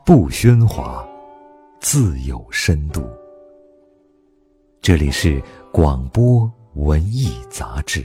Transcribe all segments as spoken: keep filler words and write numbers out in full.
不喧哗，自有深度。这里是广播文艺杂志。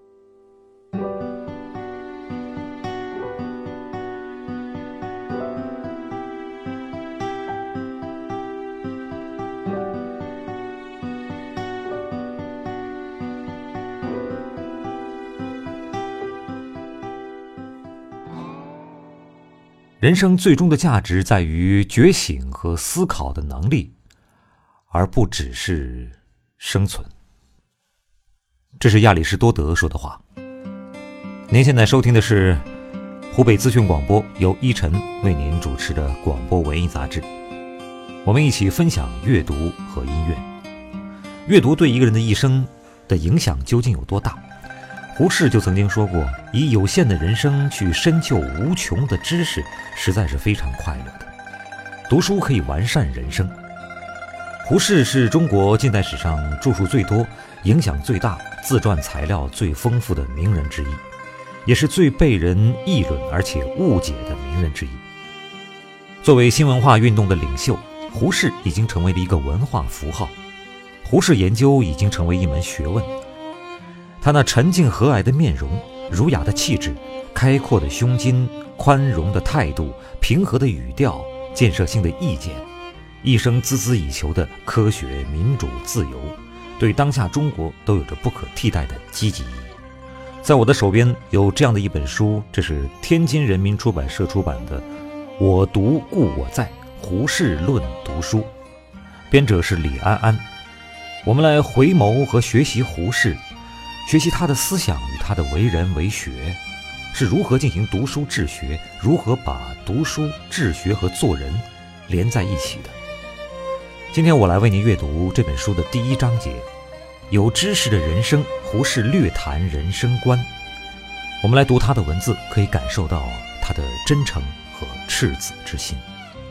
人生最终的价值在于觉醒和思考的能力，而不只是生存。这是亚里士多德说的话。您现在收听的是湖北资讯广播由依晨为您主持的广播文艺杂志，我们一起分享阅读和音乐。阅读对一个人的一生的影响究竟有多大？胡适就曾经说过，以有限的人生去深究无穷的知识，实在是非常快乐的。读书可以完善人生。胡适是中国近代史上著述最多、影响最大、自传材料最丰富的名人之一，也是最被人议论而且误解的名人之一。作为新文化运动的领袖，胡适已经成为了一个文化符号。胡适研究已经成为一门学问。他那沉静和蔼的面容、儒雅的气质、开阔的胸襟、宽容的态度、平和的语调、建设性的意见，一生孜孜以求的科学、民主、自由，对当下中国都有着不可替代的积极意义。在我的手边有这样的一本书，这是天津人民出版社出版的《我读故我在：胡适论读书》，编者是李安安。我们来回眸和学习胡适，学习他的思想与他的为人为学，是如何进行读书治学，如何把读书治学和做人连在一起的。今天我来为您阅读这本书的第一章节，有知识的人生，胡适略谈人生观。我们来读他的文字，可以感受到他的真诚和赤子之心。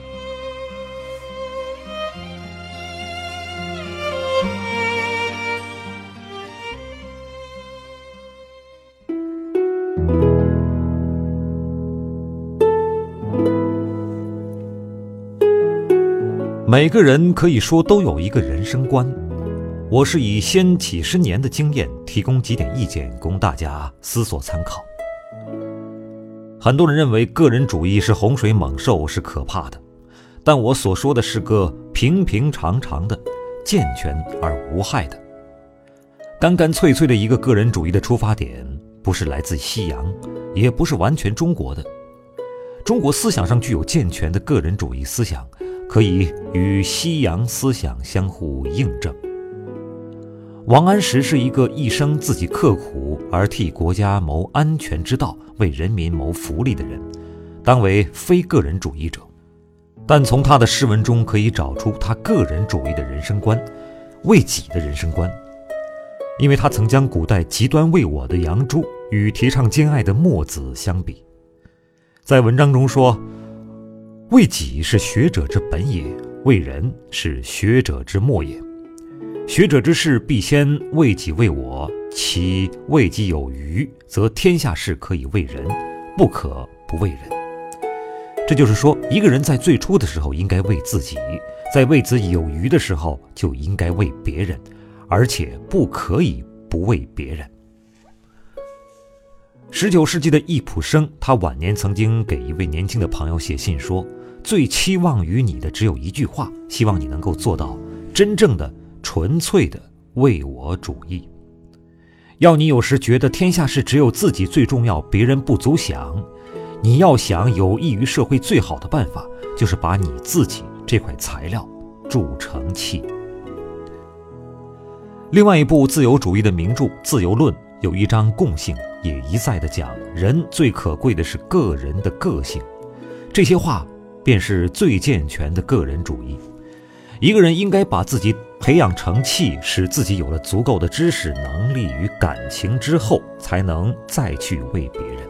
每个人可以说都有一个人生观，我是以先几十年的经验提供几点意见供大家思索参考。很多人认为个人主义是洪水猛兽，是可怕的，但我所说的是个平平常常的、健全而无害的。干干脆脆的一个个人主义的出发点，不是来自西洋，也不是完全中国的。中国思想上具有健全的个人主义思想，可以与西洋思想相互印证。王安石是一个一生自己刻苦而替国家谋安全之道，为人民谋福利的人，当为非个人主义者。但从他的诗文中可以找出他个人主义的人生观，为己的人生观。因为他曾将古代极端为我的杨朱与提倡兼爱的墨子相比，在文章中说，为己是学者之本也，为人是学者之末也。学者之事必先为己为我，其为己有余，则天下事可以为人，不可不为人。这就是说，一个人在最初的时候应该为自己，在为自己有余的时候就应该为别人，而且不可以不为别人。十九世纪的易卜生，他晚年曾经给一位年轻的朋友写信说，最期望于你的只有一句话，希望你能够做到真正的纯粹的为我主义。要你有时觉得天下事只有自己最重要，别人不足想，你要想有益于社会最好的办法，就是把你自己这块材料铸成器。另外一部自由主义的名著《自由论》有一章共性，也一再地讲人最可贵的是个人的个性。这些话便是最健全的个人主义。一个人应该把自己培养成器，使自己有了足够的知识、能力与感情之后，才能再去为别人。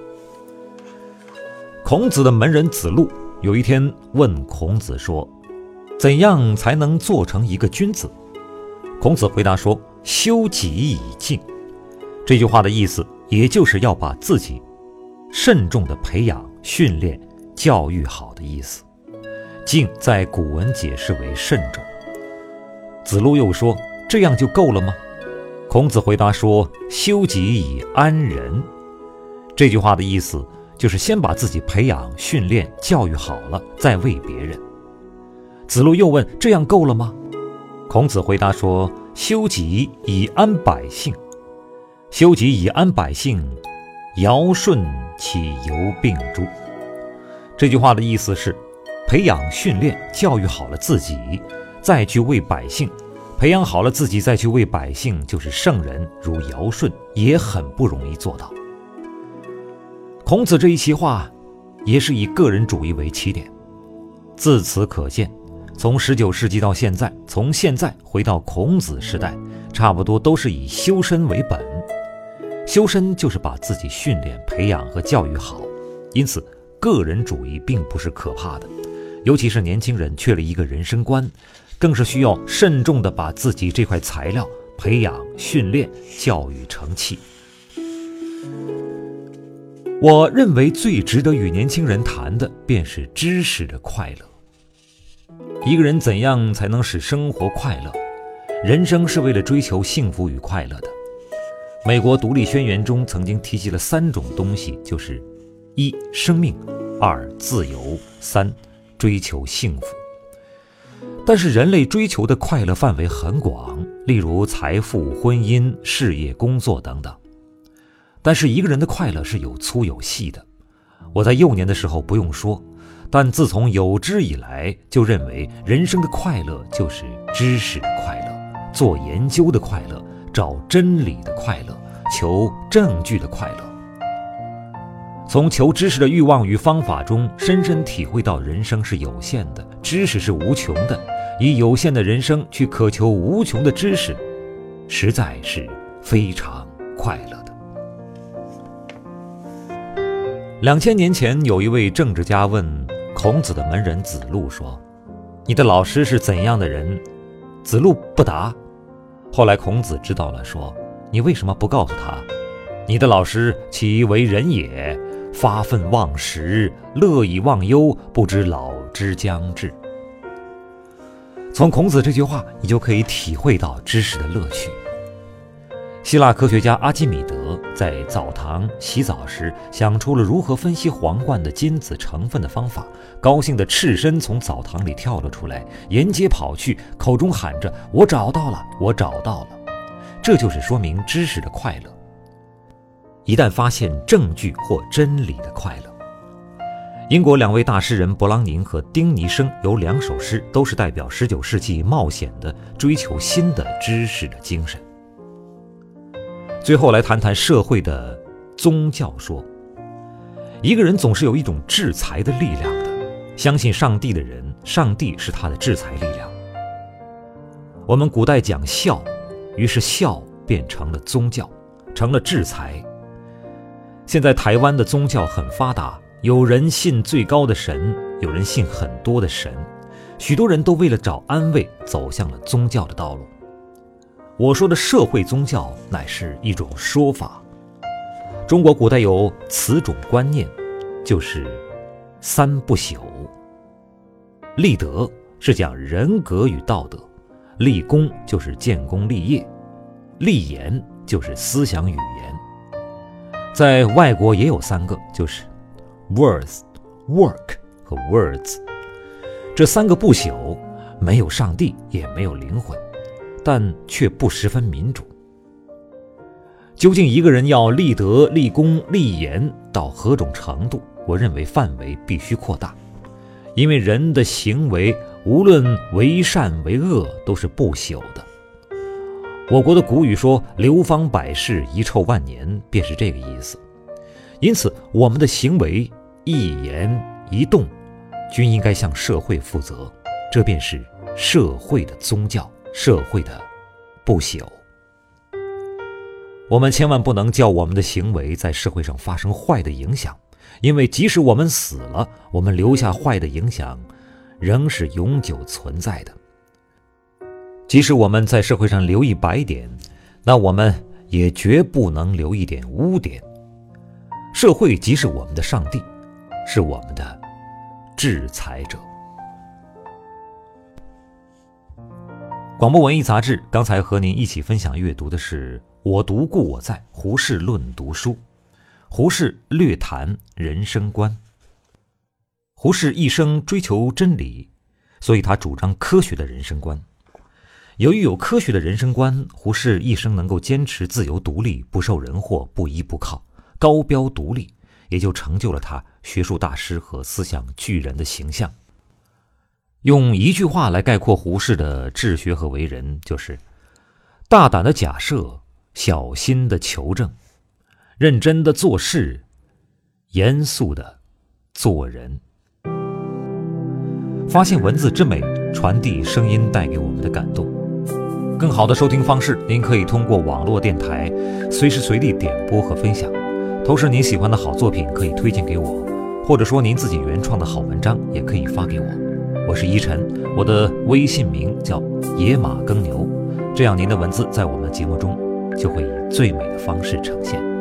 孔子的门人子路有一天问孔子说，怎样才能做成一个君子？孔子回答说，修己以敬。这句话的意思，也就是要把自己慎重地培养、训练、教育好的意思。 敬在古文解释为慎重。子路又说，这样就够了吗？孔子回答说，修己以安人。这句话的意思就是先把自己培养、训练、教育好了，再为别人。子路又问，这样够了吗？孔子回答说，修己以安百姓。修己以安百姓，尧舜其犹并诸。这句话的意思是，培养、训练、教育好了自己，再去为百姓；培养好了自己，再去为百姓，就是圣人，如尧舜也很不容易做到。孔子这一席话，也是以个人主义为起点。自此可见，从十九世纪到现在，从现在回到孔子时代，差不多都是以修身为本。修身就是把自己训练、培养和教育好，因此个人主义并不是可怕的，尤其是年轻人缺了一个人生观，更是需要慎重地把自己这块材料培养、训练、教育成器。我认为最值得与年轻人谈的便是知识的快乐。一个人怎样才能使生活快乐？人生是为了追求幸福与快乐的。美国独立宣言中曾经提及了三种东西，就是一生命，二自由，三追求幸福。但是人类追求的快乐范围很广，例如财富、婚姻、事业、工作等等。但是一个人的快乐是有粗有细的。我在幼年的时候不用说，但自从有知以来，就认为人生的快乐就是知识的快乐，做研究的快乐，找真理的快乐，求证据的快乐。从求知识的欲望与方法中，深深体会到人生是有限的，知识是无穷的，以有限的人生去渴求无穷的知识，实在是非常快乐的。两千年前，有一位政治家问孔子的门人子路说，你的老师是怎样的人？子路不答。后来孔子知道了，说，你为什么不告诉他？你的老师其为人也，发愤忘食，乐以忘忧，不知老之将至。从孔子这句话，你就可以体会到知识的乐趣。希腊科学家阿基米德在澡堂洗澡时想出了如何分析皇冠的金子成分的方法，高兴地赤身从澡堂里跳了出来，沿街跑去，口中喊着，我找到了，我找到了。这就是说明知识的快乐，一旦发现证据或真理的快乐。英国两位大诗人勃朗宁和丁尼生有两首诗，都是代表十九世纪冒险的追求新的知识的精神。最后来谈谈社会的宗教说。一个人总是有一种制裁的力量的，相信上帝的人，上帝是他的制裁力量。我们古代讲孝，于是孝变成了宗教，成了制裁。现在台湾的宗教很发达，有人信最高的神，有人信很多的神，许多人都为了找安慰走向了宗教的道路。我说的社会宗教乃是一种说法。中国古代有此种观念，就是三不朽。立德是讲人格与道德，立功就是建功立业，立言就是思想语言。在外国也有三个，就是 words、work 和 words。这三个不朽，没有上帝，也没有灵魂，但却不十分民主。究竟一个人要立德、立功、立言到何种程度？我认为范围必须扩大，因为人的行为无论为善为恶都是不朽的。我国的古语说流芳百世，遗臭万年，便是这个意思。因此我们的行为一言一动均应该向社会负责，这便是社会的宗教，社会的不朽。我们千万不能叫我们的行为在社会上发生坏的影响，因为即使我们死了，我们留下坏的影响仍是永久存在的。即使我们在社会上留一白点，那我们也绝不能留一点污点。社会即是我们的上帝，是我们的制裁者。 广播文艺杂志刚才和您一起分享阅读的是《我独故我在》，胡适论读书。胡适略谈人生观。胡适一生追求真理，所以他主张科学的人生观。由于有科学的人生观，胡适一生能够坚持自由独立，不受人祸，不依不靠，高标独立，也就成就了他学术大师和思想巨人的形象。用一句话来概括胡适的治学和为人，就是大胆的假设，小心的求证，认真的做事，严肃的做人。发现文字之美，传递声音带给我们的感动。更好的收听方式，您可以通过网络电台随时随地点播和分享。同时，您喜欢的好作品可以推荐给我，或者说您自己原创的好文章也可以发给我。我是依晨，我的微信名叫野马耕牛，这样您的文字在我们的节目中就会以最美的方式呈现。